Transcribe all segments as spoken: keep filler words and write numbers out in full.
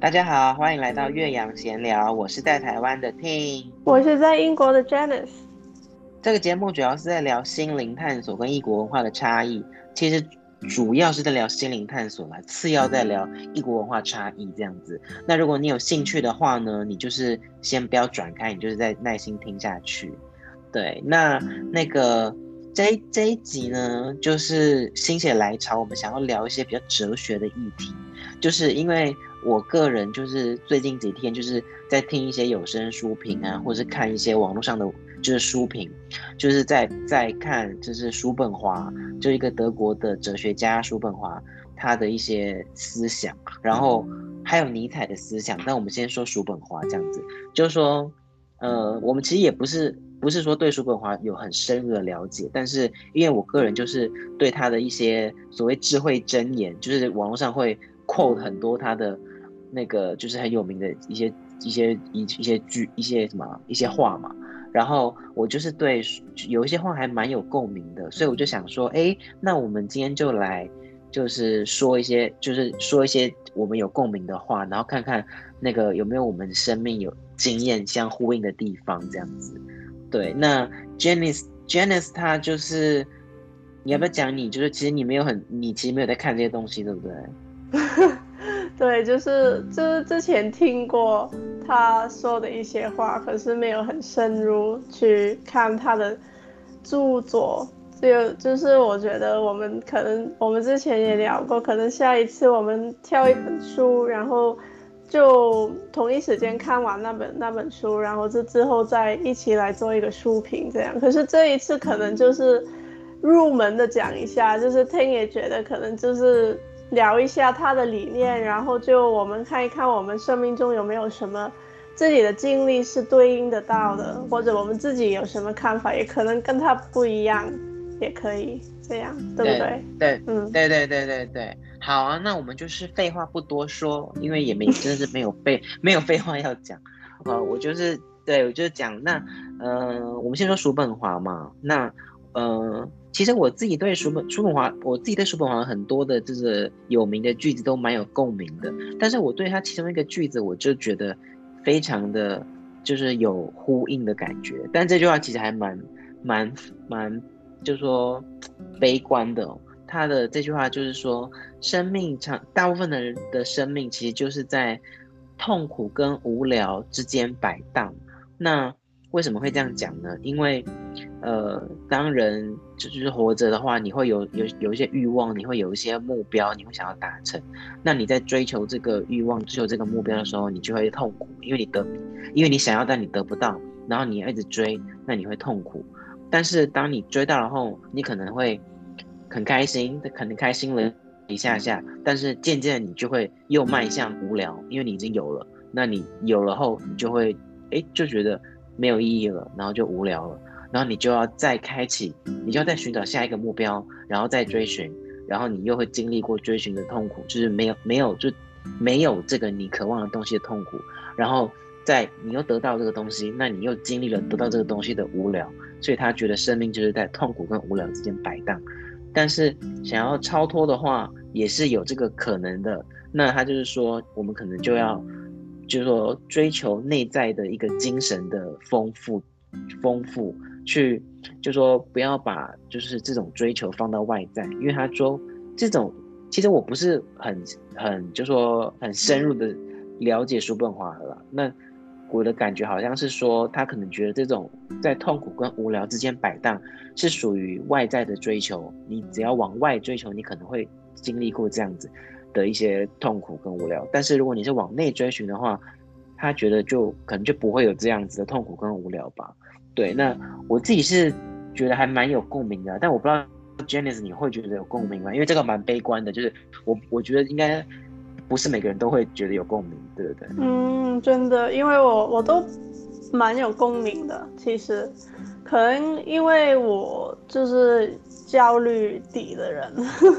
大家好，欢迎来到岳阳闲聊，我是在台湾的 Ting。 我是在英国的 Janice。 这个节目主要是在聊心灵探索跟异国文化的差异，其实主要是在聊心灵探索啦，次要在聊异国文化差异这样子。那如果你有兴趣的话呢，你就是先不要转开，你就是在耐心听下去。对，那那个这一这一集呢，就是心血来潮，我们想要聊一些比较哲学的议题，就是因为我个人就是最近几天就是在听一些有声书评啊，或是看一些网络上的就是书评，就是在在看就是叔本华，就一个德国的哲学家叔本华他的一些思想，然后还有尼采的思想。但我们先说叔本华这样子，就是说，呃，我们其实也不是不是说对叔本华有很深入的了解，但是因为我个人就是对他的一些所谓智慧箴言，就是网络上会 quote 很多他的那个就是很有名的一些一些一一些句一些什么一些话嘛。然后我就是对有一些话还蛮有共鸣的，所以我就想说，哎，那我们今天就来就是说一些，就是说一些我们有共鸣的话，然后看看那个有没有我们生命有经验相呼应的地方，这样子。对，那 Janice Janice 她就是你要不要讲你就是其实你没有很你其实没有在看这些东西，对不对？ 对，就是就是之前听过他说的一些话，可是没有很深入去看他的著作。就就是我觉得我们可能我们之前也聊过，可能下一次我们挑一本书，然后就同一时间看完那本那本书，然后这之后再一起来做一个书评这样。可是这一次可能就是入门的讲一下，就是听也觉得可能就是聊一下他的理念，然后就我们看一看我们生命中有没有什么自己的经历是对应得到的，或者我们自己有什么看法，也可能跟他不一样，也可以这样，对不对对？ 对嗯， 对对对对对，好啊，那我们就是废话不多说，因为也没真的是没有废没有废话要讲。呃，我就是对我就是讲那呃，我们先说叔本华嘛，那呃，其实我自己对叔本叔本华，我自己对叔本华很多的这个有名的句子都蛮有共鸣的，但是我对他其中一个句子，我就觉得非常的就是有呼应的感觉，但这句话其实还蛮蛮蛮，就是说悲观的哦。他的这句话就是说，生命长大部分的人的生命其实就是在痛苦跟无聊之间摆荡。那为什么会这样讲呢？因为，呃，当人就是活着的话，你会有有有一些欲望，你会有一些目标，你会想要达成。那你在追求这个欲望、追求这个目标的时候，你就会痛苦，因为你得，因为你想要但你得不到，然后你要一直追，那你会痛苦。但是当你追到了后，你可能会很开心，可能开心了一下下，但是渐渐的你就会又迈向无聊，因为你已经有了，那你有了后，你就会哎就觉得没有意义了，然后就无聊了，然后你就要再开启，你就要再寻找下一个目标，然后再追寻，然后你又会经历过追寻的痛苦，就是没有没有就没有这个你渴望的东西的痛苦，然后在你又得到这个东西，那你又经历了得到这个东西的无聊。所以他觉得生命就是在痛苦跟无聊之间摆荡，但是想要超脱的话，也是有这个可能的。那他就是说，我们可能就要，就是说追求内在的一个精神的丰富，丰富，去，就说不要把就是这种追求放到外在，因为他说这种其实我不是很很就说很深入的了解叔本华了啦，那我的感觉好像是说，他可能觉得这种在痛苦跟无聊之间摆荡是属于外在的追求，你只要往外追求，你可能会经历过这样子的一些痛苦跟无聊。但是如果你是往内追寻的话，他觉得就可能就不会有这样子的痛苦跟无聊吧。对，那我自己是觉得还蛮有共鸣的，但我不知道 Janice 你会觉得有共鸣吗？因为这个蛮悲观的，就是我我觉得应该不是每个人都会觉得有共鸣，对不对？ 嗯，真的，因为我我都蛮有共鸣的。其实，可能因为我就是焦虑底的人，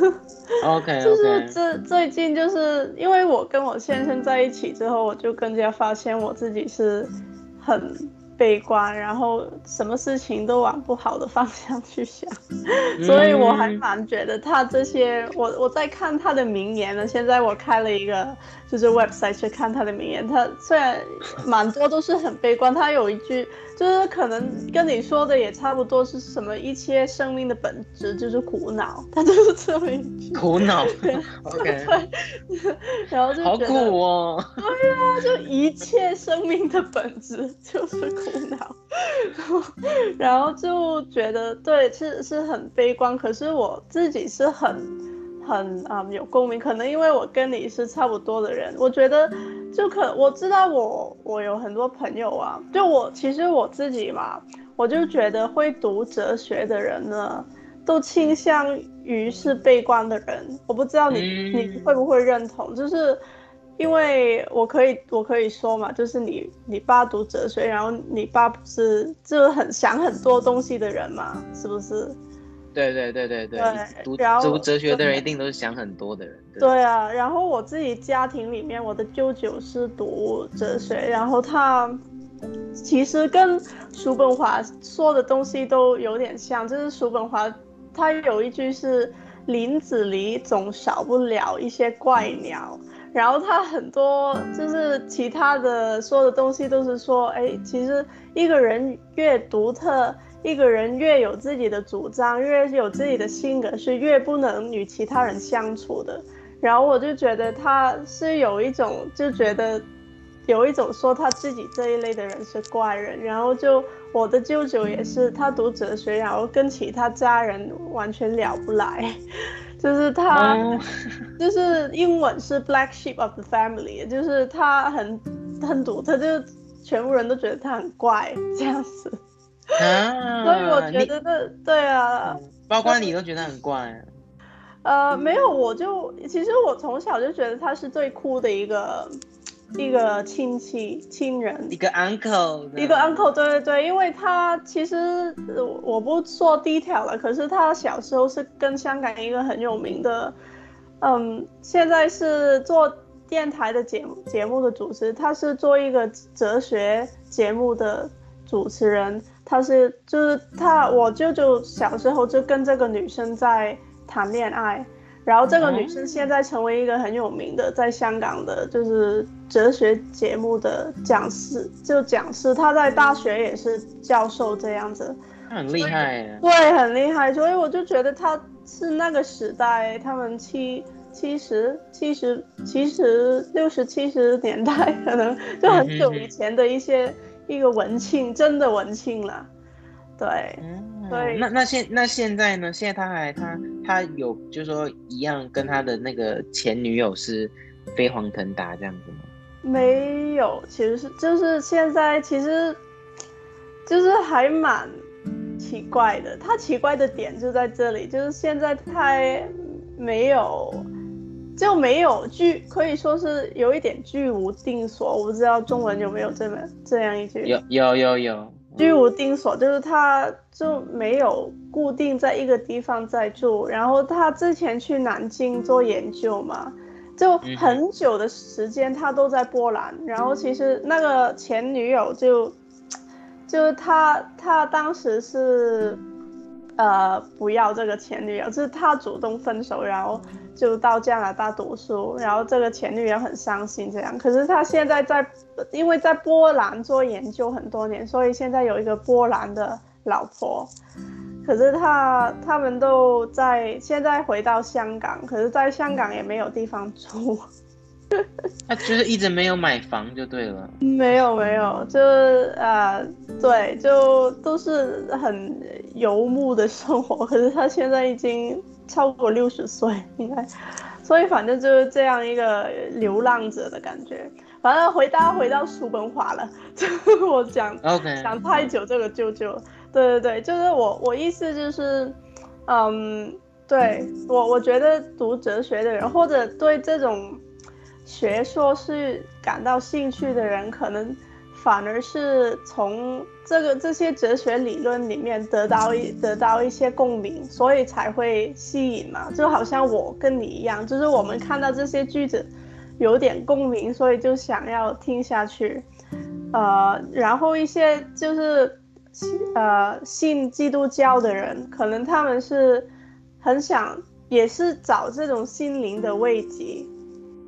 OK 就 OK。 是这最近就是因为我跟我先生在一起之后，我就更加发现我自己是很悲观，然后什么事情都往不好的方向去想。所以我还嗯。 蛮觉得他这些，我我在看他的名言呢。现在我开了一个就是 website 去看他的名言，他虽然蛮多都是很悲观，他有一句就是可能跟你说的也差不多，是什么一切生命的本质就是苦恼，他就是这么一句苦恼，OK， 对，然后就好觉得苦哦。 对啊，就一切生命的本质就是苦恼，然后就觉得对是是很悲观，可是我自己是很很嗯有共鸣，可能因为我跟你是差不多的人，我觉得就可我知道我我有很多朋友啊，就我其实我自己嘛，我就觉得会读哲学的人呢，都倾向于是悲观的人，我不知道你、嗯、你会不会认同，就是。因为我可以，我可以说嘛，就是你，你爸读哲学，然后你爸不是就很想很多东西的人嘛，是不是？ 对对对对对，读读哲学的人一定都是想很多的人。对, 对啊，然后我自己家庭里面，我的舅舅是读哲学，然后他其实跟叔本华说的东西都有点像，就是叔本华他有一句是林子里总少不了一些怪鸟。然后他很多就是其他的说的东西都是说，哎，其实一个人越独特，一个人越有自己的主张，越有自己的性格，是越不能与其他人相处的。然后我就觉得他是有一种，就觉得有一种说他自己这一类的人是怪人。然后就我的舅舅也是，他读哲学，然后跟其他家人完全聊不来。就是他、嗯、就是英文是 black sheep of the family， 就是他很很独特，就全部人都觉得他很怪这样子啊，所以我觉得这对啊， 包括你都觉得很怪。 呃，没有，我就其实我从小就觉得他是最酷的一个一个亲戚亲人， 一个 uncle， 一个 uncle， 对对对，因为他其实我不说detail了，可是他小时候是跟香港一个很有名的，嗯，现在是做电台的节目节目的主持，他是做一个哲学节目的主持人，他是就是他，我舅舅小时候就跟这个女生在谈恋爱。然后这个女生现在成为一个很有名的，在香港的就是哲学节目的讲师，就讲师，她在大学也是教授这样子， 很厉害耶。 对，很厉害，所以我就觉得她是那个时代，他们七七十七十七十六十七十年代，可能就很久以前的一些、嗯、一个文青，真的文青了，对。嗯对， 那那现那现在呢？现在他还他他有就是说一样跟他的那个前女友是飞黄腾达这样子吗？ 没有，其实是就是现在其实就是还蛮奇怪的。他奇怪的点就在这里，就是现在太没有就没有居，可以说是有一点居无定所。我不知道中文有没有这么这样一句？ 有有有有。 居无定所，就是他就没有固定在一个地方在住，然后他之前去南京做研究嘛，就很久的时间他都在波兰，然后其实那个前女友就就是他他当时是呃不要这个前女友，就是他主动分手，然后就到加拿大读书，然后这个前女友很伤心这样，可是他现在在因为在波兰做研究很多年，所以现在有一个波兰的老婆，可是他他们都在现在回到香港，可是在香港也没有地方住。 他就是一直没有买房就对了。 没有没有，就呃对，就都是很游牧的生活。可是他现在已经超过六十岁，应该，所以反正就是这样一个流浪者的感觉。反正回到回到叔本华了，就是我讲 okay, 讲太久这个舅舅，对对对，就是我我意思就是，嗯，对我我觉得读哲学的人或者对这种学说是感到兴趣的人，可能反而是从这个这些哲学理论里面得到一得到一些共鸣，所以才会吸引嘛。就好像我跟你一样，就是我们看到这些句子有点共鸣，所以就想要听下去。呃，然后一些就是呃信基督教的人，可能他们是很想也是找这种心灵的慰藉。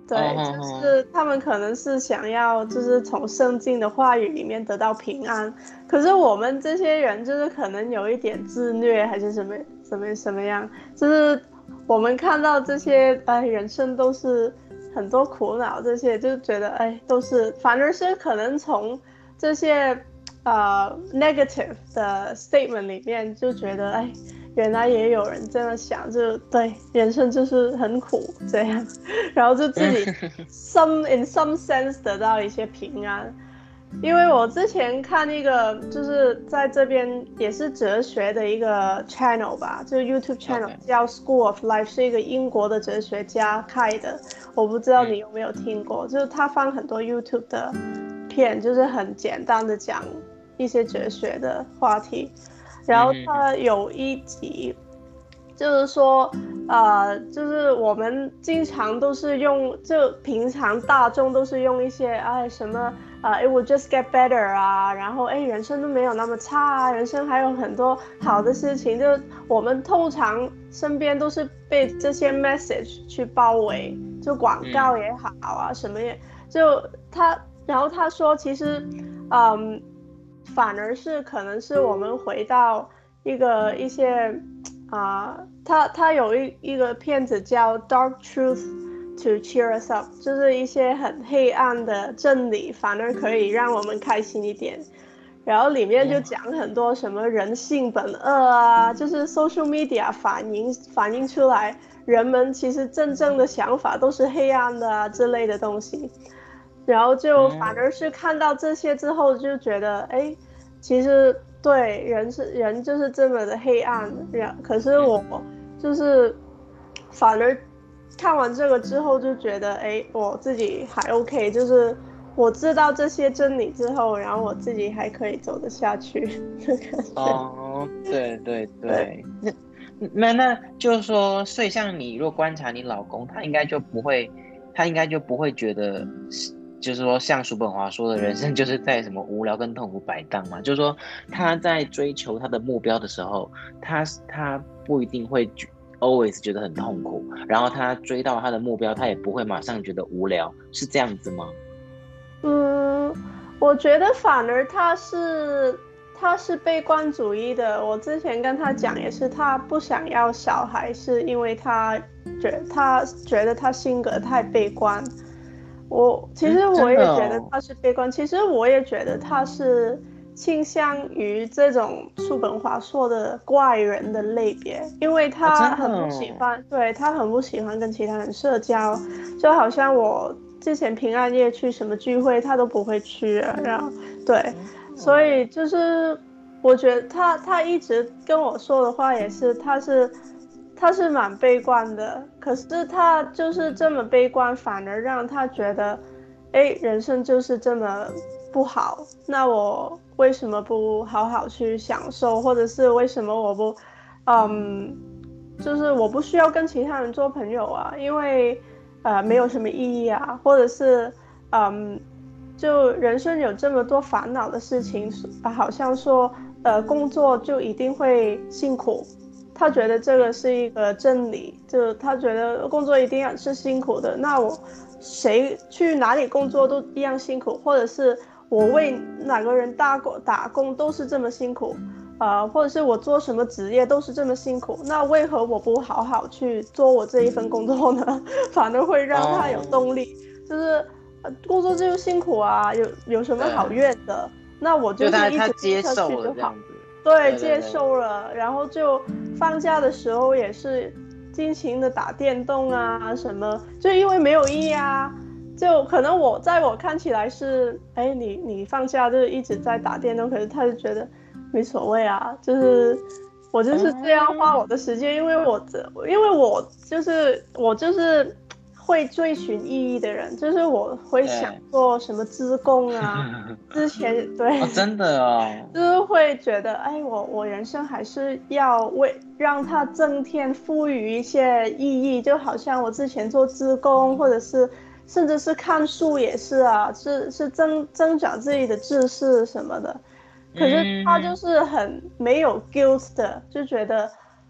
对，就是他们可能是想要就是从圣经的话语里面得到平安，可是我们这些人就是可能有一点自虐还是什么什么什么样，就是我们看到这些哎人生都是很多苦恼，这些就觉得哎都是，反而是可能从这些呃 negative 的 statement 里面就觉得哎原来也有人这么想，就对人生就是很苦这样，然后就自己 some in some sense 得到一些平安。因为我之前看一个就是在这边也是哲学的一个 channel 吧，就是 YouTube channel 叫 School of Life， 是一个英国的哲学家开的，我不知道你有没有听过，就是他放很多 YouTube 的片，就是很简单的讲一些哲学的话题。然后他有一集就是说呃就是我们经常都是用，就平常大众都是用一些哎什么呃 it will just get better 啊，然后哎人生都没有那么差啊，人生还有很多好的事情，就我们通常身边都是被这些 message 去包围，就广告也好啊、嗯、什么也就他，然后他说其实嗯反而是可能是我们回到一个一些啊、呃，他他有一一个片子叫 Dark Truth to Cheer Us Up， 就是一些很黑暗的真理反而可以让我们开心一点，然后里面就讲很多什么人性本恶啊，就是 social media 反映反映出来人们其实真正的想法都是黑暗的啊之类的东西，然后就反而是看到这些之后就觉得哎其实对人是人就是这么的黑暗，可是我就是反而看完这个之后就觉得哎我自己还 OK， 就是我知道这些真理之后，然后我自己还可以走得下去。 哦，对对对，那那那就是说，所以像你如果观察你老公，他应该就不会，他应该就不会觉得。就是说像叔本华说的，人生就是在什么无聊跟痛苦摆荡嘛，就是说他在追求他的目标的时候，他他不一定会 always 觉得很痛苦，然后他追到他的目标，他也不会马上觉得无聊，是这样子吗？ 嗯，我觉得反而他是他是悲观主义的，我之前跟他讲也是，他不想要小孩是因为他觉他觉得他性格太悲观。我其实我也觉得他是悲观、嗯哦、其实我也觉得他是倾向于这种叔本华说的怪人的类别，因为他很不喜欢、哦哦、对他很不喜欢跟其他人社交，就好像我之前平安夜去什么聚会他都不会去，然后对、哦、所以就是我觉得他他一直跟我说的话也是他是他是蛮悲观的，可是他就是这么悲观，反而让他觉得，哎，人生就是这么不好，那我为什么不好好去享受，或者是为什么我不，嗯，就是我不需要跟其他人做朋友啊，因为呃没有什么意义啊，或者是嗯，就人生有这么多烦恼的事情，好像说呃工作就一定会辛苦。他觉得这个是一个真理，就他觉得工作一定要是辛苦的，那我谁去哪里工作都一样辛苦，或者是我为哪个人打工打工都是这么辛苦，呃，或者是我做什么职业都是这么辛苦，那为何我不好好去做我这一份工作呢？反而会让他有动力，哦、就是、呃、工作就是辛苦啊，有有什么好怨的？那我就是一直接受去就好。对，接受了，然后就放假的时候也是尽情的打电动啊什么，就因为没有意义啊，就可能我在我看起来是，哎，你你放假就一直在打电动，可是他就觉得没所谓啊，就是我就是这样花我的时间，因为我因为我就是我就是会追寻意义的人，就是我会想做什么志工啊，之前对、 哦，真的哦， 就是会觉得，哎，我我人生还是要为让它增添赋予一些意义，就好像我之前做志工，或者是甚至是看书也是啊，是是增增长自己的知识什么的。可是他就是很没有 guilt 的，就觉得，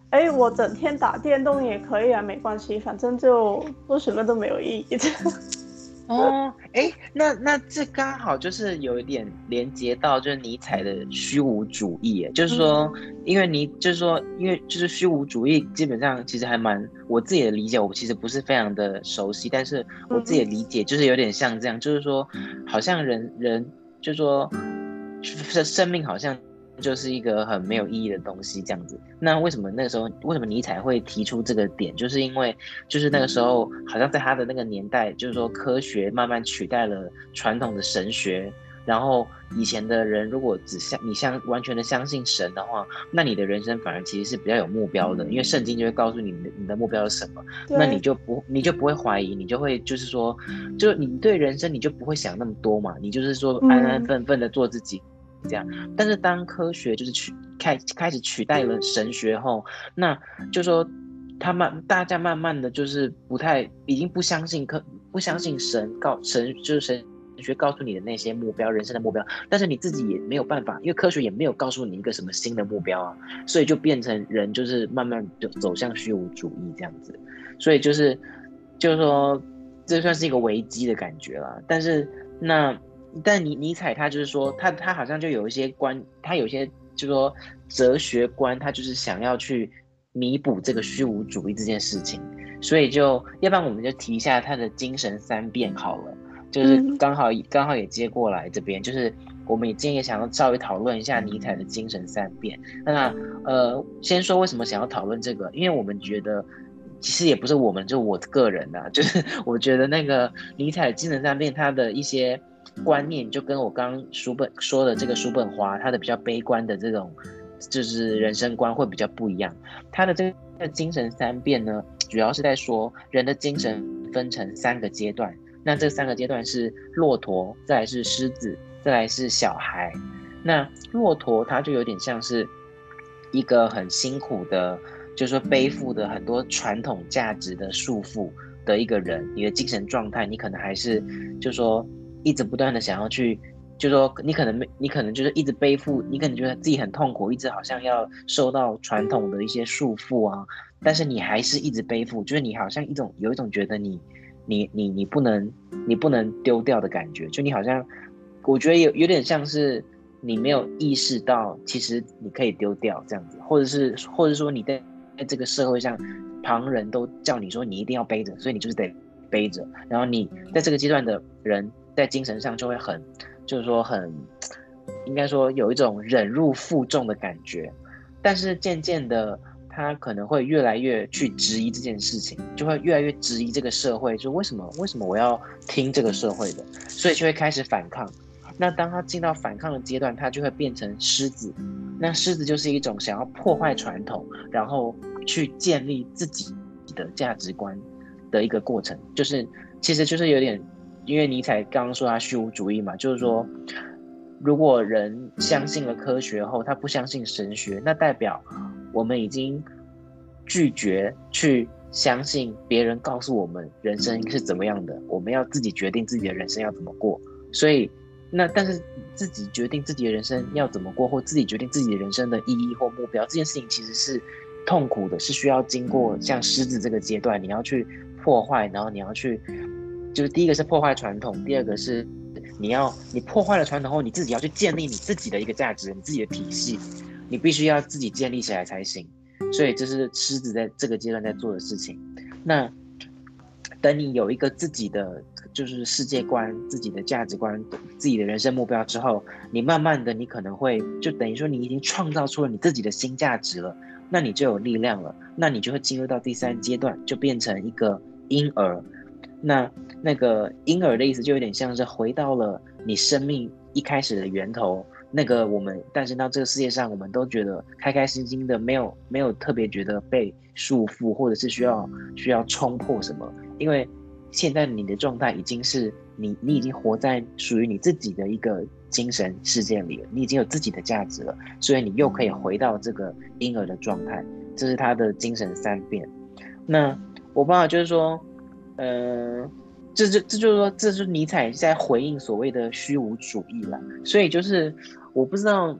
哎，我整天打电动也可以啊，没关系，反正就做什么都没有意义。 哦，哎，那那这刚好就是有一点连接到就是尼采的虚无主义耶，就是说， 嗯因为你就是说，因为就是虚无主义，基本上其实还蛮我自己的理解，我其实不是非常的熟悉，但是我自己的嗯理解就是有点像这样，就是说，好像人人就是说，生生命好像就是一个很没有意义的东西这样子。那为什么那个时候，为什么尼采会提出这个点？就是因为，就是那个时候，好像在他的那个年代，就是说科学慢慢取代了传统的神学。然后以前的人，如果只相你相完全的相信神的话，那你的人生反而其实是比较有目标的，因为圣经就会告诉你你的你的目标是什么，那你对， 就不你就不会怀疑，你就会就是说，就你对人生你就不会想那么多嘛，你就是说安安嗯分分的做自己。这样，但是当科学就是取开开始取代了神学后，那就说他慢大家慢慢的就是不太已经不相信科不相信神告神就是神学告诉你的那些目标人生的目标，但是你自己也没有办法，因为科学也没有告诉你一个什么新的目标啊，所以就变成人就是慢慢就走向虚无主义这样子，所以就是就是说这算是一个危机的感觉啦，但是那。但尼尼采他就是说，他他好像就有一些观，他有一些就是说哲学观，他就是想要去弥补这个虚无主义这件事情，所以就要不然我们就提一下他的精神三变好了，就是嗯刚好刚好也接过来这边，就是我们也今天也想要稍微讨论一下尼采的精神三变。那呃，先说为什么想要讨论这个，因为我们觉得。其实也不是我们，就我个人呐、啊，就是我觉得那个尼采的精神三变，他的一些观念就跟我刚刚叔本说的这个叔本华他的比较悲观的这种就是人生观会比较不一样。他的这个精神三变呢，主要是在说人的精神分成三个阶段，那这三个阶段是骆驼，再来是狮子，再来是小孩。那骆驼它就有点像是一个很辛苦的，就是说背负的很多传统价值的束缚的一个人，你的精神状态，你可能还是就是说一直不断的想要去，就是说你可能没，你可能就是一直背负，你可能觉得自己很痛苦，一直好像要受到传统的一些束缚啊，但是你还是一直背负，就是你好像一种有一种觉得你你你你不能你不能丢掉的感觉，就你好像我觉得有有点像是。你没有意识到，其实你可以丢掉这样子，或者是，或者说你在在这个社会上，旁人都叫你说你一定要背着，所以你就是得背着。然后你在这个阶段的人，在精神上就会很，就是说很，应该说有一种忍辱负重的感觉。但是渐渐的，他可能会越来越去质疑这件事情，就会越来越质疑这个社会，就为什么为什么我要听这个社会的，所以就会开始反抗。那当他进到反抗的阶段，他就会变成狮子。那狮子就是一种想要破坏传统，然后去建立自己的价值观的一个过程。就是其实就是有点，因为尼采刚刚说他虚无主义嘛，就是说，如果人相信了科学后，他不相信神学，那代表我们已经拒绝去相信别人告诉我们人生是怎么样的，我们要自己决定自己的人生要怎么过。所以。那但是自己决定自己的人生要怎么过，或自己决定自己的人生的意义或目标，这件事情其实是痛苦的，是需要经过像狮子这个阶段，你要去破坏，然后你要去，就是第一个是破坏传统，第二个是你要你破坏了传统后，你自己要去建立你自己的一个价值，你自己的体系，你必须要自己建立起来才行。所以这是狮子在这个阶段在做的事情。那等你有一个自己的就是世界观、自己的价值观、自己的人生目标之后，你慢慢的，你可能会就等于说你已经创造出了你自己的新价值了，那你就有力量了，那你就会进入到第三阶段，就变成一个婴儿。那那个婴儿的意思就有点像是回到了你生命一开始的源头，那个我们诞生到这个世界上，我们都觉得开开心心的，没有没有特别觉得被束缚，或者是需要需要冲破什么。因为现在你的状态已经是你，你已经活在属于你自己的一个精神世界里了，你已经有自己的价值了，所以你又可以回到这个婴儿的状态，这是他的精神三变。那我爸爸就是说，呃，这就这就是说，这就是尼采在回应所谓的虚无主义啦。所以就是我不知道，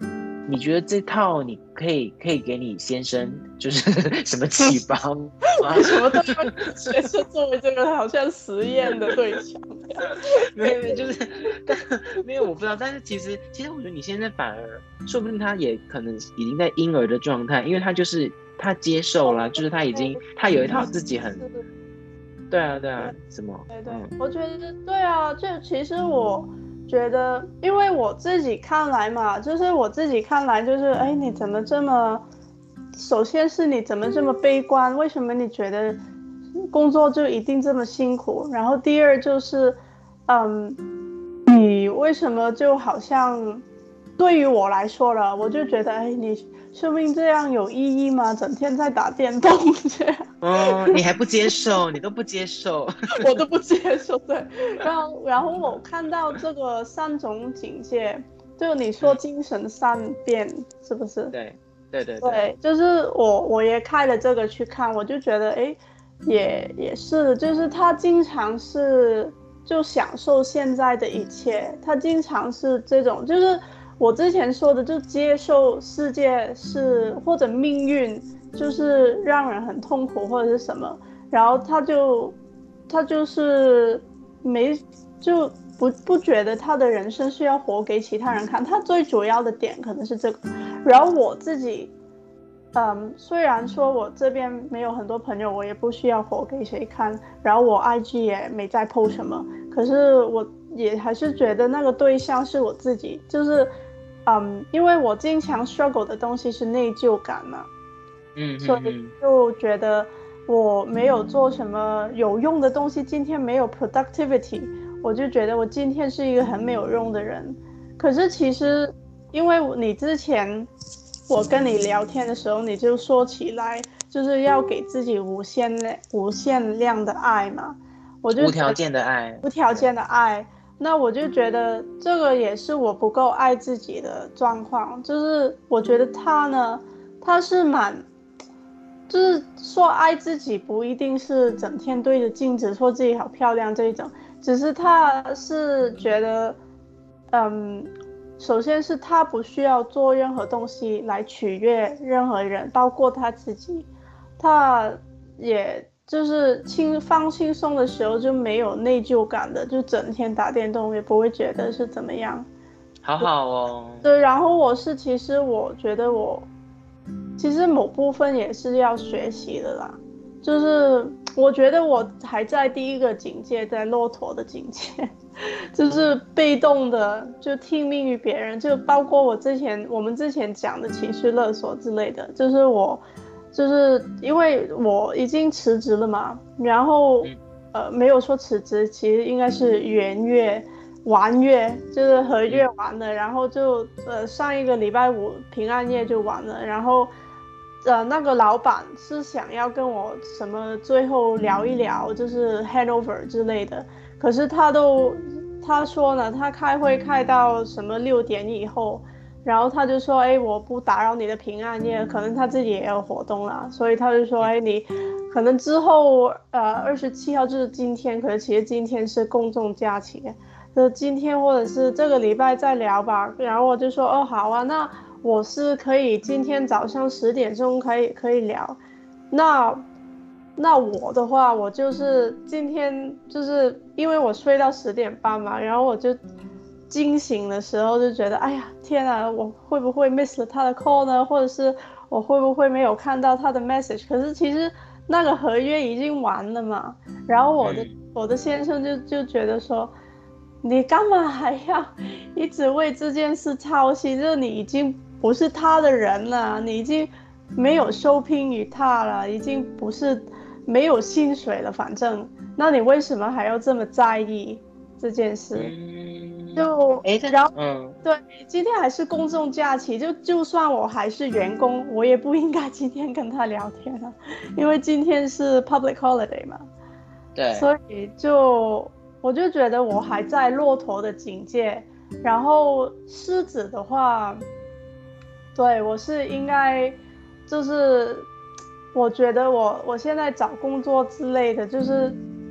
你觉得这套你可以可以给你先生就是什么启发吗？ 什么都要先生作为这个好像实验的对象。 没有没有，就是但没有我不知道，但是其实其实我觉得你现在反而说不定他也可能已经在婴儿的状态，因为他就是他接受了，就是他已经他有一套自己很对啊对啊什么对对， 嗯、 我觉得对啊，就其实我觉得，因为我自己看来嘛，就是我自己看来就是，哎，你怎么这么，首先是你怎么这么悲观？为什么你觉得工作就一定这么辛苦？然后第二就是，嗯，你为什么就好像对于我来说了，我就觉得，哎，你生命这样有意义吗？整天在打电动这样。 哦，你还不接受，你都不接受， 我都不接受。对，然后然后我看到这个三种警戒，就你说精神善变、嗯、是不是？ 对对对对，对就是我我也开了这个去看，我就觉得哎，也也是，就是他经常是就享受现在的一切，他经常是这种，就是我之前说的，就接受世界是或者命运就是让人很痛苦或者是什么。然后他就他就是没就不不觉得他的人生是要活给其他人看，他最主要的点可能是这个。然后我自己，嗯，虽然说我这边没有很多朋友，我也不需要活给谁看，然后我 I G 也没在 po 什么，可是我也还是觉得那个对象是我自己，就是嗯，因为我经常 struggle 的东西是内疚感嘛， 嗯所以就觉得我没有做什么有用的东西，今天没有 productivity， 我就觉得我今天是一个很没有用的人。可是其实因为你之前我跟你聊天的时候，你就说起来就是要给自己无限量无限量的爱嘛，我就无条件的爱， 无条件的爱。那我就觉得这个也是我不够爱自己的状况，就是我觉得他呢，他是蛮就是说爱自己不一定是整天对着镜子说自己好漂亮这一种，只是他是觉得，嗯，首先是他不需要做任何东西来取悦任何人，包括他自己，他也就是轻放轻松的时候就没有内疚感的，就整天打电动也不会觉得是怎么样。 好好哦。 对，然后我是其实我觉得我。其实某部分也是要学习的啦，就是我觉得我还在第一个警戒，在骆驼的警戒，就是被动的就听命于别人，就包括我之前我们之前讲的情绪勒索之类的，就是我就是因为我已经辞职了嘛，然后呃没有说辞职，其实应该是元月完月，就是合月完了，然后就呃上一个礼拜五平安夜就完了，然后。呃，那个老板是想要跟我什么最后聊一聊，就是 handover 之类的，可是他都他说呢，他开会开到什么六点以后，然后他就说，哎，我不打扰你的平安夜，可能他自己也有活动啦，所以他就说，哎，你可能之后呃二十七号就是今天，可是其实今天是公众假期，就今天或者是这个礼拜再聊吧，然后我就说，哦，好啊，那。我是可以今天早上十点钟可以可以聊，那那我的话，我就是今天就是因为我睡到十点半嘛，然后我就惊醒的时候就觉得，哎呀天啊，我会不会 miss 了他的 call 呢？或者是我会不会没有看到他的 message？ 可是其实那个合约已经完了嘛，然后我的、嗯、我的先生就就觉得说。你干嘛还要一直为这件事操心？就是你已经不是他的人了，你已经没有受聘于他了，已经不是没有薪水了。反正，那你为什么还要这么在意这件事？嗯、就然后，嗯，对，今天还是公众假期，就就算我还是员工，我也不应该今天跟他聊天啊，因为今天是 public holiday 嘛。对，所以就。我就觉得我还在骆驼的警戒，然后狮子的话，对我是应该，就是我觉得我我现在找工作之类的，就是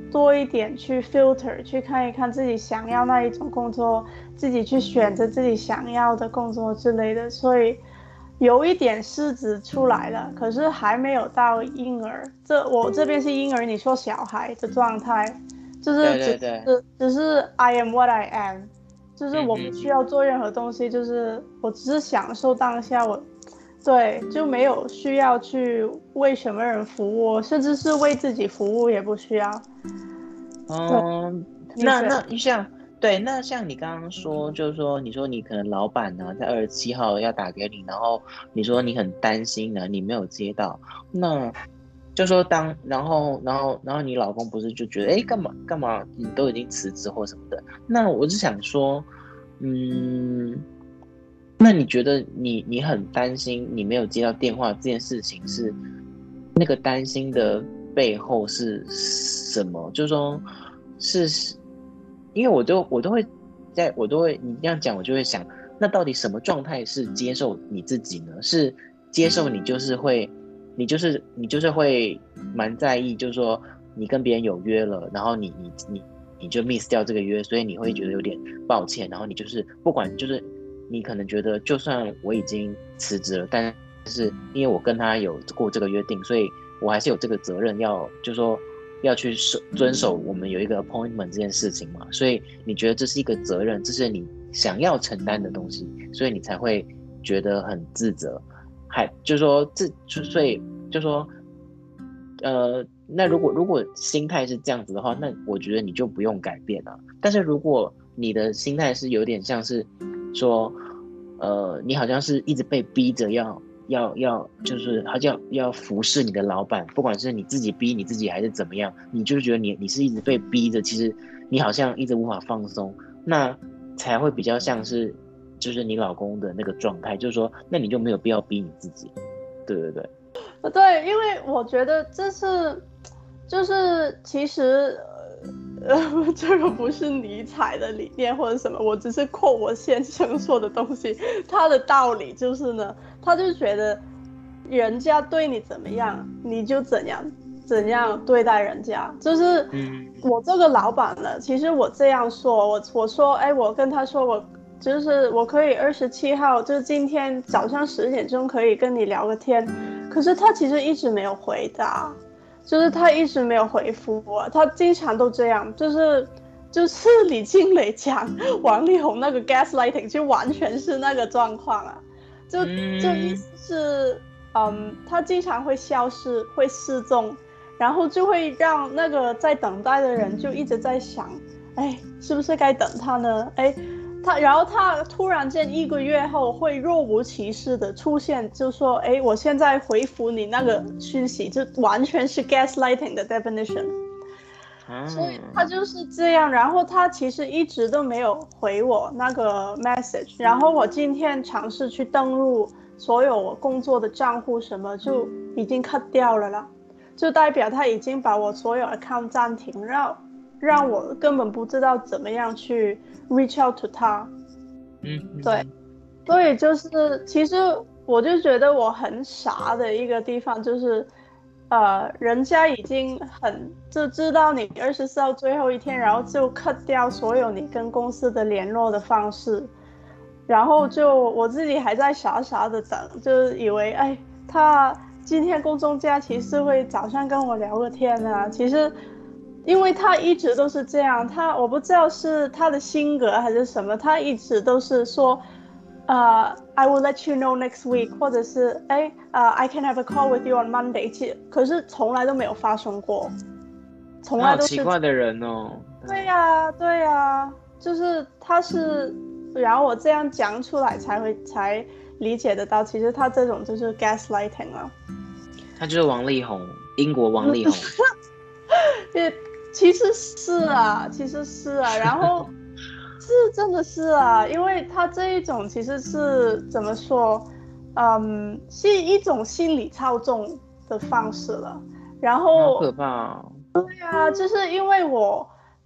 多一点去 filter， 去看一看自己想要那一种工作，自己去选择自己想要的工作之类的，所以有一点狮子出来了，可是还没有到婴儿。这我这边是婴儿，你说小孩的状态，就是只是对对对， 只是 I am what I am， 就是嗯我不需要哼做任何东西，就是我只是享受当下，我对就没有需要去为什么人服务，甚至是为自己服务也不需要。对， 嗯，那你这那像对，那像你刚刚说，就是说，你说你可能老板呢在二十七号要打给你，然后你说你很担心呢，你没有接到，那就说当然后然后然后你老公不是就觉得哎干嘛干嘛你都已经辞职或什么的，那我是想说，嗯，那你觉得你你很担心你没有接到电话这件事情是那个担心的背后是什么？就是说，是因为我都我都会在我都会你这样讲，我就会想，那到底什么状态是接受你自己呢？是接受你就是会，你就是你就是会蛮在意，就是说你跟别人有约了，然后你你你你就 miss 掉这个约，所以你会觉得有点抱歉，然后你就是不管就是你可能觉得就算我已经辞职了，但是因为我跟他有过这个约定，所以我还是有这个责任要，就说要去守遵守我们有一个 appointment 这件事情嘛，所以你觉得这是一个责任，这是你想要承担的东西，所以你才会觉得很自责，还就说这就所以就说，呃，那如果如果心态是这样子的话，那我觉得你就不用改变啊。但是如果你的心态是有点像是说，呃，你好像是一直被逼着要。要要就是他就要要服侍你的老板，不管是你自己逼你自己还是怎么样，你就是觉得你你是一直被逼着，其实你好像一直无法放松，那才会比较像是就是你老公的那个状态，就是说那你就没有必要逼你自己，对对对， 对，因为我觉得这是，就是其实，呃，这个不是尼采的理念或者什么，我只是quote我先生说的东西。他的道理就是呢，他就觉得，人家对你怎么样，你就怎样怎样对待人家。就是我这个老板呢，其实我这样说，我我说，哎，我跟他说我。就是我可以二十七号，就是今天早上十点钟可以跟你聊个天，可是他其实一直没有回答，就是他一直没有回复我，他经常都这样，就是就是李静蕾讲王力宏那个 gaslighting 就完全是那个状况啊，就就意思是，嗯，他经常会消失，会失踪，然后就会让那个在等待的人就一直在想，哎，是不是该等他呢？哎。他然后他突然间一个月后会若无其事的出现，就说：“哎，我现在回复你那个讯息，就完全是 gaslighting 的 definition。”所以他就是这样。然后他其实一直都没有回我那个 message。然后我今天尝试去登录所有我工作的账户，什么就已经 cut 掉了啦，就代表他已经把我所有 account 暂停，让让我根本不知道怎么样去。reach out to 他， 嗯， 对，所以就是其实我就觉得我很傻的一个地方就是，呃，人家已经很就知道你二十四号最后一天，然后就 cut 掉所有你跟公司的联络的方式，然后就我自己还在傻傻的等，就以为哎他今天公众假期是会早上跟我聊个天啊，其实。因为他一直都是这样，他我不知道是他的性格还是什么，他一直都是说，呃、uh, ，I will let you know next week， 或者是哎，呃、uh, ，I can have a call with you on Monday， 其实可是从来都没有发生过，从来都是好奇怪的人哦。 对呀、啊，对呀、啊，就是他是，然后我这样讲出来才会才理解得到，其实他这种就是 gaslighting 啊， 他就是王力宏，英国王力宏。 也其实是啊，其实是啊，然后是真的是啊，因为他这一种其实是怎么说，嗯，是一种心理操纵的方式了。然后好可怕哦。 对啊，就是因为我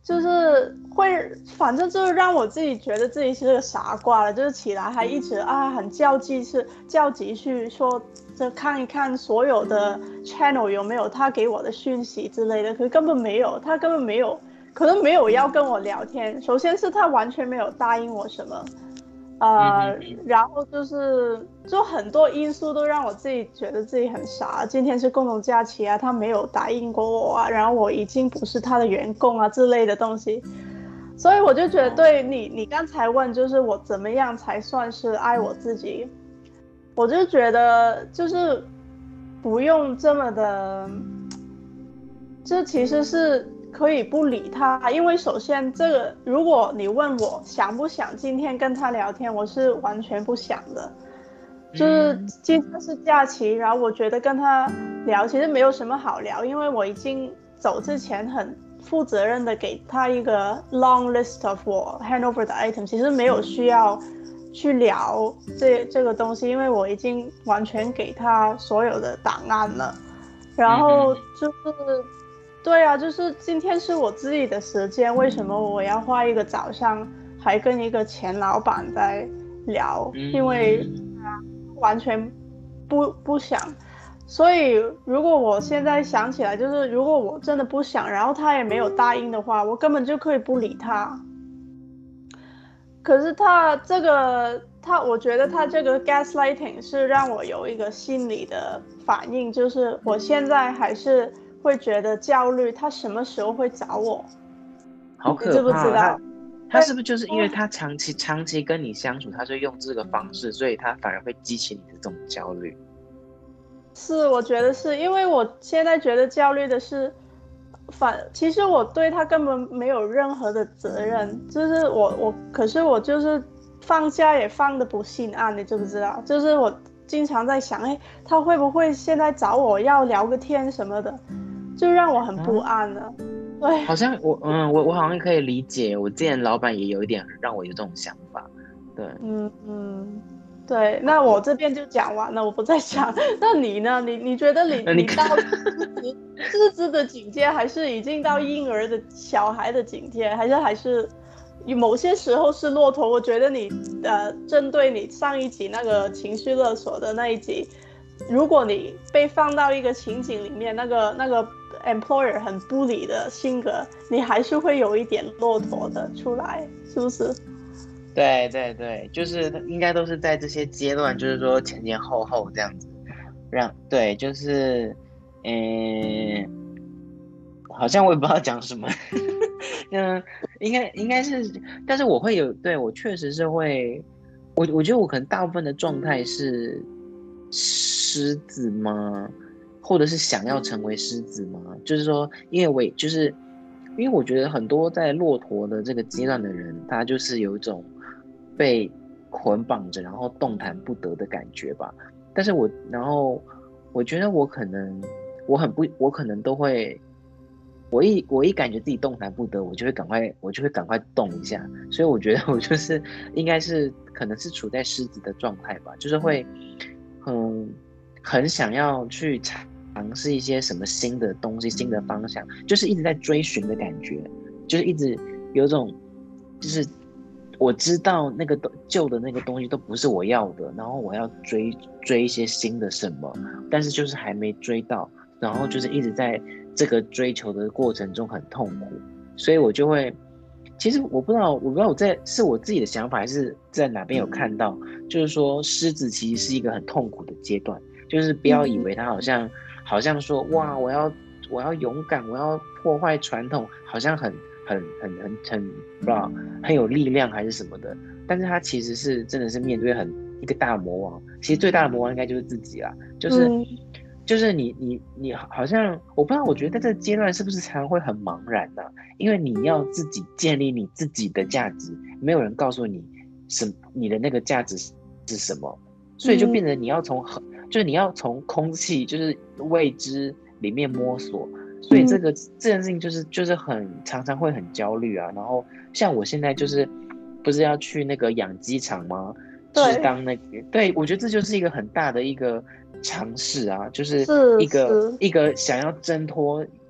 就是会，反正就是让我自己觉得自己是个傻瓜了，就是起来还一直啊很焦急，是焦急去说，就看一看所有的 channel 有没有他给我的讯息之类的，可是根本没有，他根本没有，可能没有要跟我聊天。首先是他完全没有答应我什么，呃，然后就是就很多因素都让我自己觉得自己很傻。今天是公众假期啊，他没有答应过我啊，然后我已经不是他的员工啊之类的东西，所以我就觉得对你，你刚才问就是我怎么样才算是爱我自己，我就觉得就是不用这么的，这其实是可以不理他，因为首先这个，如果你问我想不想今天跟他聊天，我是完全不想的。就是今天是假期，然后我觉得跟他聊其实没有什么好聊，因为我已经走之前很负责任的给他一个 long list of 我 handover 的 item， 其实没有需要去聊这这个东西，因为我已经完全给他所有的档案了。然后就是对啊，就是今天是我自己的时间，为什么我要花一个早上还跟一个前老板在聊？因为完全不不想，所以如果我现在想起来，就是如果我真的不想，然后他也没有答应的话，我根本就可以不理他。可是他这个，他我觉得他这个 gaslighting 是让我有一个心理的反应，就是我现在还是会觉得焦虑，他什么时候会找我？ 好可怕！ 你知不知道？ 他是不是就是因为他长期长期跟你相处，他就用这个方式，所以他反而会激起你的这种焦虑？ 是，我觉得是因为我现在觉得焦虑的是，反其实我对他根本没有任何的责任，就是我我可是我就是放假也放得不心安，你知不知道？就是我经常在想，哎，他会不会现在找我要聊个天什么的，就让我很不安了。嗯对， 好像我嗯，我我好像可以理解，我之前老板也有一点让我有这种想法，对， 嗯嗯，对，那我这边就讲完了，我不再讲。那你呢？你你觉得你那你你到日子的警戒，还是已经到婴儿的小孩的警戒，还是还是某些时候是骆驼？我觉得你呃，针对你上一集那个情绪勒索的那一集，如果你被放到一个情景里面，那个那个 employer 很不理的性格，你还是会有一点骆驼的出来，是不是？ 对对对，就是应该都是在这些阶段，就是说前前后后这样子，让对，就是嗯，好像我也不知道讲什么，嗯，应该应该是，但是我会有，对，我确实是会，我我觉得我可能大部分的状态是狮子吗？或者是想要成为狮子吗？就是说，因为我也就是因为我觉得很多在骆驼的这个阶段的人，他就是有一种被捆绑着，然后动弹不得的感觉吧。但是我，然后我觉得我可能，我很不，我可能都会，我一我一感觉自己动弹不得，我就会赶快，我就会赶快动一下。所以我觉得我就是应该是可能是处在狮子的状态吧，就是会，嗯，很想要去尝。尝试一些什么新的东西、新的方向，就是一直在追寻的感觉，就是一直有种，就是我知道那个旧的那个东西都不是我要的，然后我要追追一些新的什么，但是就是还没追到，然后就是一直在这个追求的过程中很痛苦，所以我就会，其实我不知道，我不知道我在是我自己的想法，还是在哪边有看到，就是说狮子其实是一个很痛苦的阶段，就是不要以为它好像。好像说哇，我要我要勇敢，我要破坏传统，好像很很很很很不知道很有力量还是什么的。但是他其实是真的是面对很一个大魔王，其实最大的魔王应该就是自己啦，就是、嗯、就是你你你好像我不知道，我觉得在这个阶段是不是常常会很茫然呢、啊？因为你要自己建立你自己的价值，没有人告诉你什你的那个价值是什么，所以就变成你要从很。就是你要从空气，就是未知里面摸索，所以这个、嗯、这件事情就是就是很常常会很焦虑啊。然后像我现在就是不是要去那个养鸡场吗？就是当那个对，我觉得这就是一个很大的一个尝试啊，就是一个一个想要挣脱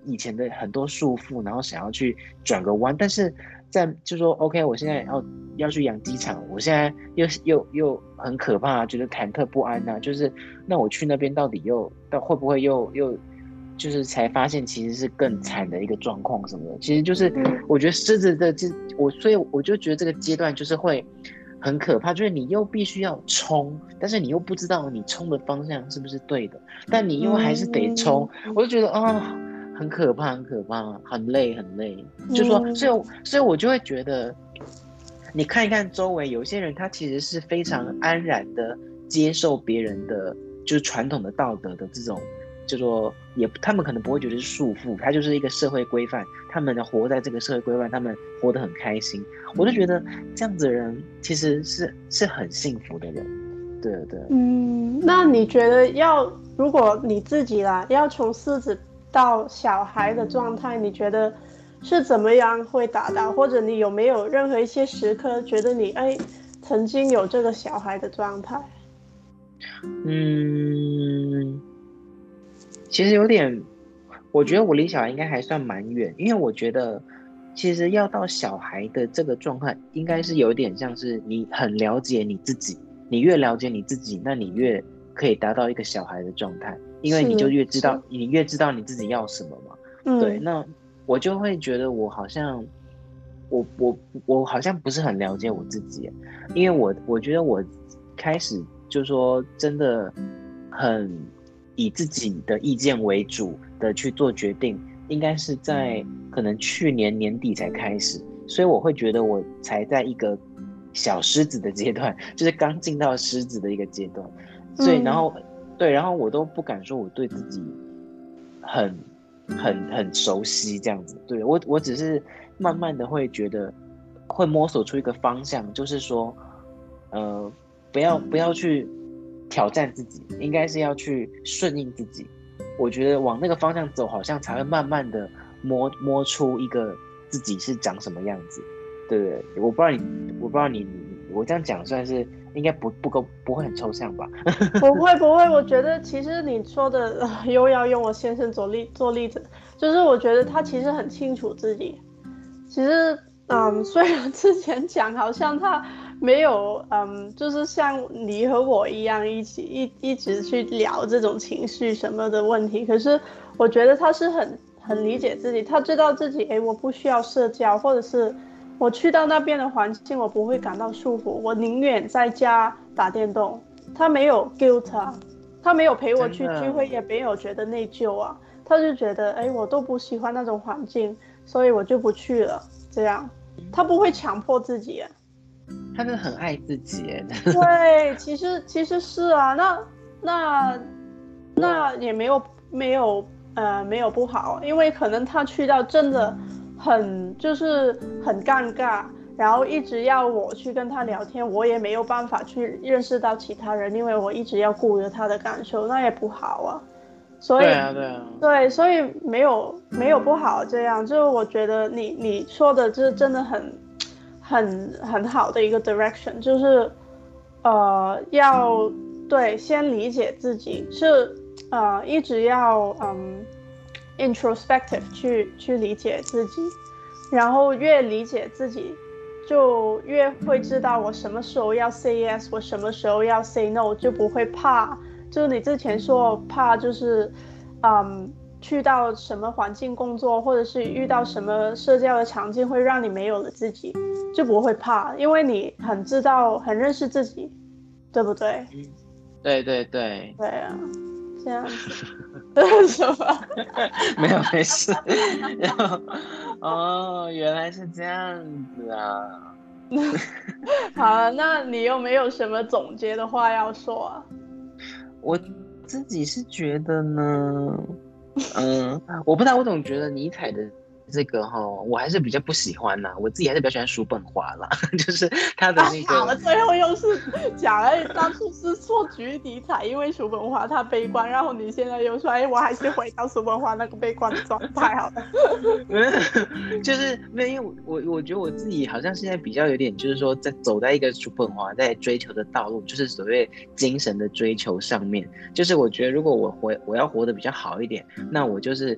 以前的很多束缚，然后想要去转个弯，但是在就说 OK， 我现在要要去养鸡场，我现在又又又很可怕，觉得忐忑不安啊，就是那我去那边到底又到会不会又又就是才发现其实是更惨的一个状况什么的，其实就是我觉得狮子的这我，所以我就觉得这个阶段就是会很可怕，就是你又必须要冲，但是你又不知道你冲的方向是不是对的，但你又还是得冲，嗯、我就觉得啊、哦，很可怕，很可怕，很累，很累。就说，所以，所以我就会觉得，你看一看周围有些人，他其实是非常安然的接受别人的，就是传统的道德的这种。就说也，他们可能不会觉得是束缚，它就是一个社会规范，他们活在这个社会规范，他们活得很开心。我就觉得这样子的人其实是是很幸福的人，对对。 嗯，那你觉得要如果你自己啦，要从狮子到小孩的状态，你觉得是怎么样会达到？或者你有没有任何一些时刻觉得你哎曾经有这个小孩的状态？ 嗯。其实有点，我觉得我离小孩应该还算蛮远，因为我觉得其实要到小孩的这个状态，应该是有点像是你很了解你自己，你越了解你自己，那你越可以达到一个小孩的状态，因为你就越知道，你越知道你自己要什么嘛。嗯、对，那我就会觉得我好像，我我我好像不是很了解我自己，因为我我觉得我开始就说真的很。以自己的意见为主的去做决定，应该是在可能去年年底才开始，所以我会觉得我才在一个小狮子的阶段，就是刚进到狮子的一个阶段，所以然后、嗯、对，然后我都不敢说我对自己很很很熟悉这样子，对我我只是慢慢的会觉得会摸索出一个方向，就是说，呃，不要不要去。挑战自己，应该是要去顺应自己。我觉得往那个方向走，好像才会慢慢的摸摸出一个自己是长什么样子，对不对？我不知道你，我不知道你，我这样讲算是应该不不够不会很抽象吧？ 不会不会，我觉得其实你说的、呃、又要用我先生做例做例子，就是我觉得他其实很清楚自己。其实，嗯，虽然之前讲好像他。没有，嗯，就是像你和我一样一起一一直去聊这种情绪什么的问题，可是我觉得他是很很理解自己，他知道自己，哎，我不需要社交，或者是我去到那边的环境，我不会感到束缚，我宁愿在家打电动。他没有 guilt 啊，他没有陪我去聚会，也没有觉得内疚啊，他就觉得，哎，我都不喜欢那种环境，所以我就不去了。这样，他不会强迫自己。 他真的很爱自己耶。 对，其实其实是啊，那那那也没有没有呃没有不好，因为可能他去到真的很就是很尴尬，然后一直要我去跟他聊天，我也没有办法去认识到其他人，因为我一直要顾着他的感受，那也不好啊。所以对啊对啊， 对，所以没有没有不好，这样就我觉得你你说的这真的很。很很好的一个 direction， 就是，呃，要对先理解自己，是呃一直要嗯 introspective 去去理解自己，然后越理解自己，就越会知道我什么时候要 say yes， 我什么时候要 say no， 就不会怕。就是你之前说怕就是嗯。去到什么环境工作，或者是遇到什么社交的场景会让你没有了自己，就不会怕，因为你很知道很认识自己，对不对？ 嗯，对对对对啊，这样子什么没有没事然后哦原来是这样子啊好，那你有没有什么总结的话要说啊？ 我自己是觉得呢嗯，我不知道，我总觉得尼采的这个哈，我还是比较不喜欢呐。我自己还是比较喜欢叔本华啦，就是他的那个。 好了，最后又是讲了当初是错举尼采，因为叔本华他悲观，然后你现在又说，哎，我还是回到叔本华那个悲观的状态好了。 就是没有，因为我我觉得我自己好像现在比较有点，就是说在走在一个叔本华在追求的道路，就是所谓精神的追求上面。就是我觉得如果我活我要活得比较好一点，那我就是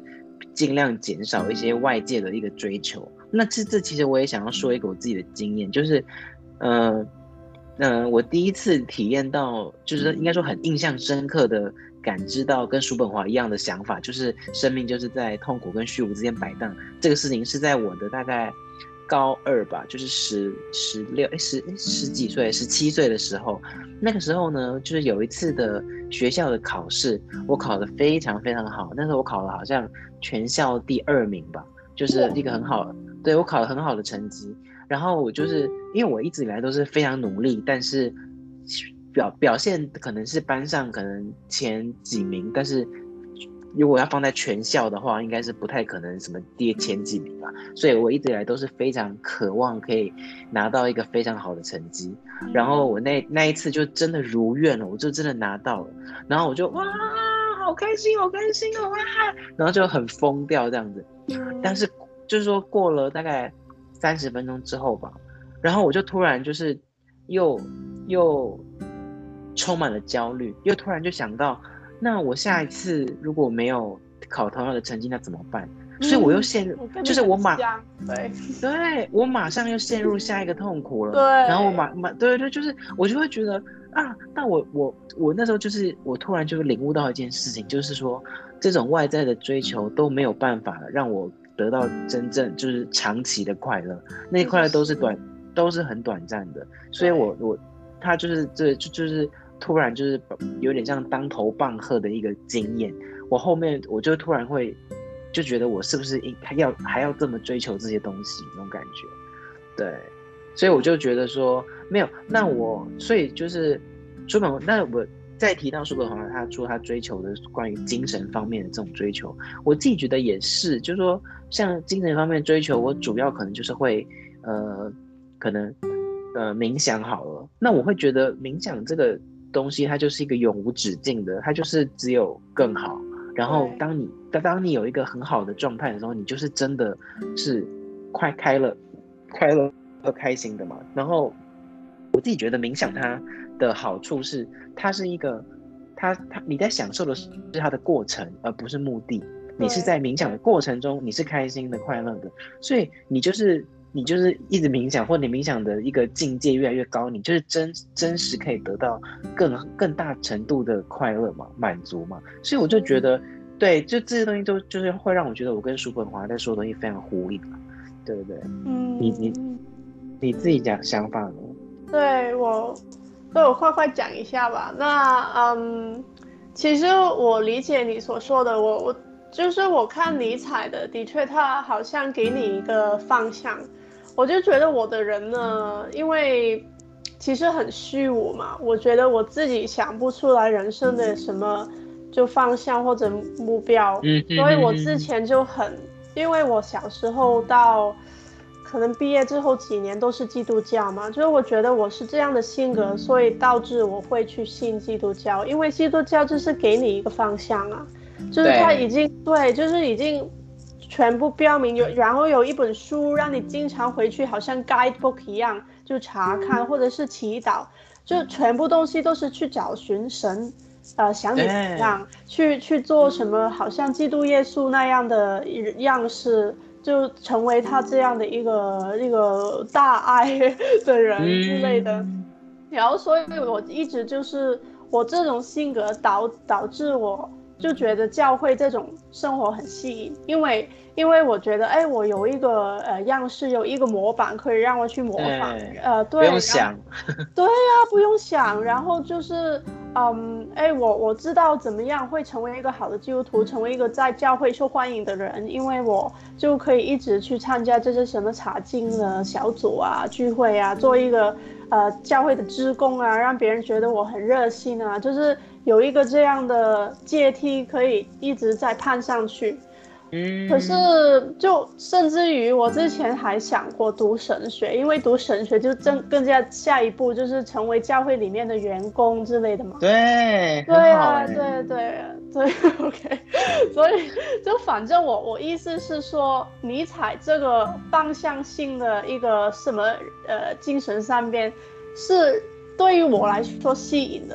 尽量减少一些外界的一个追求。那这这其实我也想要说一个我自己的经验，就是，呃，呃，我第一次体验到，就是应该说很印象深刻的感知到跟叔本华一样的想法，就是生命就是在痛苦跟虚无之间摆荡。这个事情是在我的大概高二吧，就是十十六十十几岁，十七岁的时候，那个时候呢，就是有一次的学校的考试，我考得非常非常好，那时候我考了好像全校第二名吧，就是一个很好，对，我考了很好的成绩。然后我就是因为我一直以来都是非常努力，但是表表现可能是班上可能前几名，但是如果要放在全校的话，应该是不太可能什么第前几名吧。所以我一直以来都是非常渴望可以拿到一个非常好的成绩。然后我那那一次就真的如愿了，我就真的拿到了。然后我就哇，好开心，好开心哦哇！然后就很疯掉这样子。但是就是说过了大概三十分钟之后吧，然后我就突然就是又又充满了焦虑，又突然就想到，那我下一次如果没有考同样的成绩，那怎么办？所以我又陷入， 嗯、 就是我马对对我马上又陷入下一个痛苦了。 对， 然后我马马对对，就是我就会觉得啊，那我我我那时候就是我突然就领悟到一件事情，就是说这种外在的追求都没有办法让我得到真正就是长期的快乐，那些快乐都是短，都是很短暂的。所以我我他就是这就就是突然就是有点像当头棒喝的一个经验。我后面我就突然会就觉得我是不是还要还要这么追求这些东西那种感觉，对，所以我就觉得说没有，那我所以就是叔本，那我再提到叔本华他说他追求的关于精神方面的这种追求，我自己觉得也是，就是说像精神方面的追求，我主要可能就是会呃可能呃冥想好了，那我会觉得冥想这个东西它就是一个永无止境的，它就是只有更好。然后当你当你有一个很好的状态的时候，你就是真的是快开了快乐和开心的嘛。然后我自己觉得冥想它的好处是，它是一个它它你在享受的是它的过程，而不是目的。你是在冥想的过程中，你是开心的、快乐的，所以你就是你就是一直冥想，或你冥想的一个境界越来越高，你就是真真实可以得到更更大程度的快乐嘛、满足嘛。所以我就觉得，对，就这些东西都就是会让我觉得我跟叔本华在说的东西非常呼应嘛，对不对？嗯，你你你自己讲想法呢？ 对我，对我快快讲一下吧。那嗯，其实我理解你所说的，我我。就是我看尼采的，的确他好像给你一个方向，我就觉得我的人呢，因为其实很虚无嘛，我觉得我自己想不出来人生的什么就方向或者目标， 嗯， 所以我之前就很，因为我小时候到可能毕业之后几年都是基督教嘛，就是我觉得我是这样的性格，所以导致我会去信基督教，因为基督教就是给你一个方向啊。就是他已经 对, 对，就是已经全部标明有，然后有一本书让你经常回去，好像 guidebook 一样，就查看或者是祈祷，就全部东西都是去找寻神，呃，想你怎样去去做什么，好像基督耶稣那样的样式，就成为他这样的一个一个大爱的人之类的。嗯、然后，所以我一直就是我这种性格导导致我。就觉得教会这种生活很吸引，因为因为我觉得，哎，我有一个呃样式，有一个模板可以让我去模仿，呃，对， 不用想， 对呀、啊，不用想，然后就是，嗯，哎，我我知道怎么样会成为一个好的基督徒，成为一个在教会受欢迎的人，因为我就可以一直去参加这些什么查经的小组啊、聚会啊，做一个呃教会的志工啊，让别人觉得我很热心啊，就是。有一个这样的阶梯可以一直在攀上去，嗯，可是就甚至于我之前还想过读神学，因为读神学就更更加下一步就是成为教会里面的员工之类的嘛。 对， 对啊，对对对 ，OK， 所以就反正我我意思是说，尼采这个方向性的一个什么呃精神上边是对于我来说吸引的。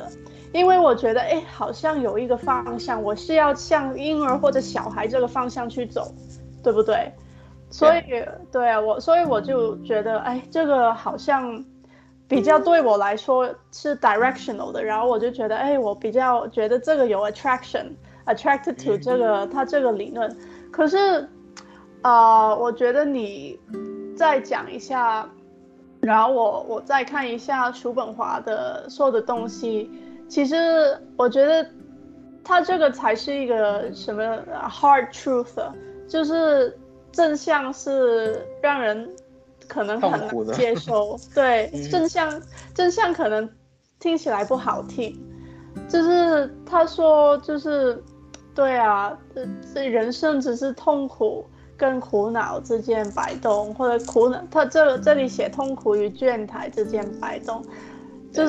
因为我觉得哎，好像有一个方向，我是要向婴儿或者小孩这个方向去走，对不对？所以对啊，我所以我就觉得哎，这个好像比较对我来说是 directional 的，然后我就觉得哎，我比较觉得这个有 attraction attracted to 这个它这个理论。可是呃，我觉得你再讲一下，然后我我再看一下叔本华的说的东西，其实我觉得他这个才是一个什么 hard truth， 就是正向是让人可能很难接受，对，正向正向可能听起来不好听，就是他说就是对啊，这这人生只是痛苦跟苦恼之间摆动，或者苦恼，他这这里写痛苦与倦怠之间摆动，就是，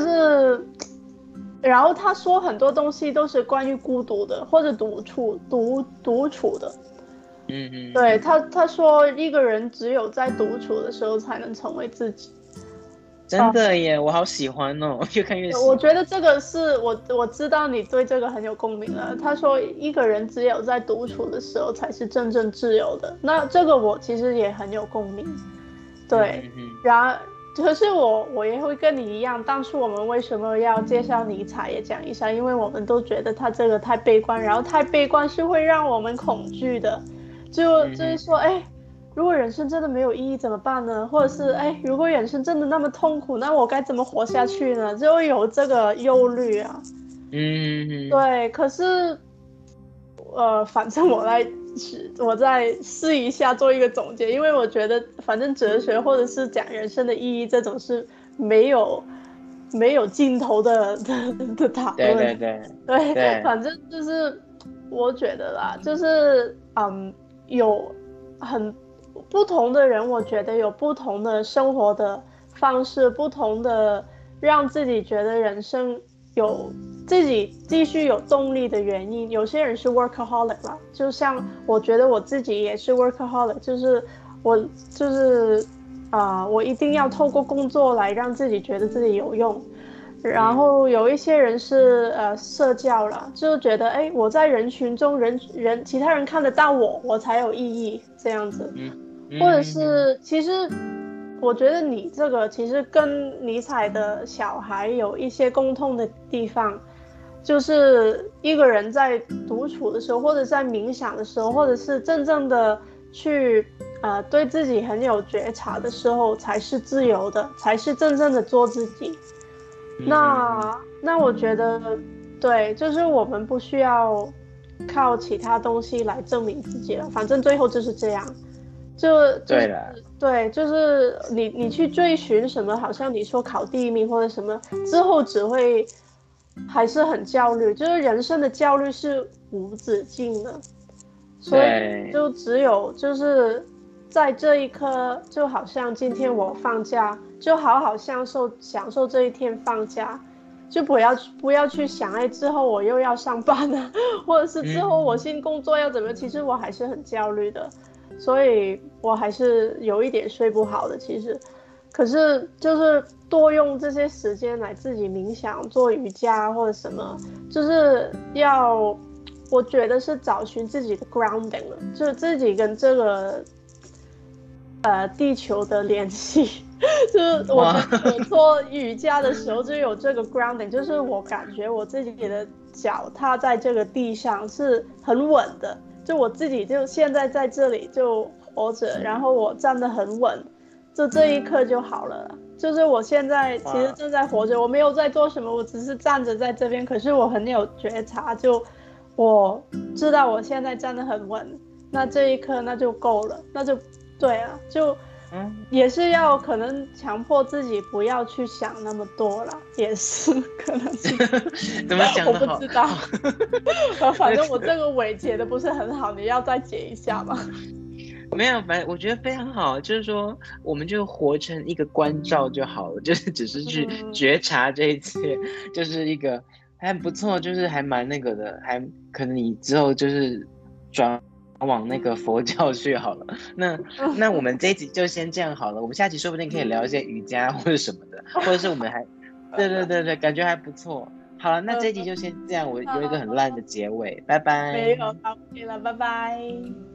然后他说很多东西都是关于孤独的，或者独处独独处的。 嗯嗯， 对他他说一个人只有在独处的时候才能成为自己。 真的耶，哦、我好喜欢哦，越看越喜欢。 我觉得这个是我我知道你对这个很有共鸣了。他说一个人只有在独处的时候才是真正自由的，那这个我其实也很有共鸣。对，嗯、然可是我我也会跟你一样，当初我们为什么要介绍尼采也讲一下，因为我们都觉得他这个太悲观，然后太悲观是会让我们恐惧的。就就是说，哎，如果人生真的没有意义怎么办呢？或者是，哎，如果人生真的那么痛苦，那我该怎么活下去呢？就会有这个忧虑啊。 嗯， 对。可是，呃，反正我来，我再试一下做一个总结，因为我觉得，反正哲学或者是讲人生的意义这种是没有没有尽头的的的讨论。 对对对对对， 反正就是我觉得啦，就是嗯。有很不同的人，我觉得有不同的生活的方式，不同的让自己觉得人生有自己继续有动力的原因。有些人是 workaholic 啦，就像我觉得我自己也是 workaholic， 就是我就是啊、呃，我一定要透过工作来让自己觉得自己有用。然后有一些人是呃社交了，就觉得哎，我在人群中人人其他人看得到我，我才有意义这样子。 嗯嗯、 或者是其实我觉得你这个其实跟尼采的小孩有一些共通的地方，就是一个人在独处的时候，或者在冥想的时候，或者是真正的去呃对自己很有觉察的时候，才是自由的，才是真正的做自己。那那我觉得对，就是我们不需要靠其他东西来证明自己了，反正最后就是这样。就对了， 对，就是你你去追寻什么，好像你说考第一名或者什么之后，只会还是很焦虑，就是人生的焦虑是无止境的，所以就只有就是在这一刻，就好像今天我放假，就好好享受享受这一天放假，就不要不要去想，哎，之后我又要上班了，或者是之后我新工作要怎么，其实我还是很焦虑的，所以我还是有一点睡不好的，其实，可是就是多用这些时间来自己冥想、做瑜伽或者什么，就是要，我觉得是找寻自己的 grounding 了，就是自己跟这个。呃，地球的联系，就是我我做瑜伽的时候就有这个 grounding， 就是我感觉我自己的脚踏在这个地上是很稳的，就我自己就现在在这里就活着，然后我站得很稳，就这一刻就好了。就是我现在其实正在活着，我没有在做什么，我只是站着在这边，可是我很有觉察，就我知道我现在站得很稳，那这一刻那就够了，那就。对啊，就也是要可能强迫自己不要去想那么多啦，也是可能是怎么讲的好？ 我不知道，反正我这个尾解的不是很好，你要再解一下吗？ 没有，反正我觉得非常好，就是说我们就活成一个关照就好了，就是只是去觉察这一切，嗯、就是一个还不错，就是还蛮那个的，还可能你之后就是转。往那个佛教去好了，那那我们这一集就先这样好了，我们下集说不定可以聊一些瑜伽或者什么的，或者是我们还，对对对对，感觉还不错。 好了，那这一集就先这样，我有一个很烂的结尾，拜拜。 没有，OK 了，拜拜。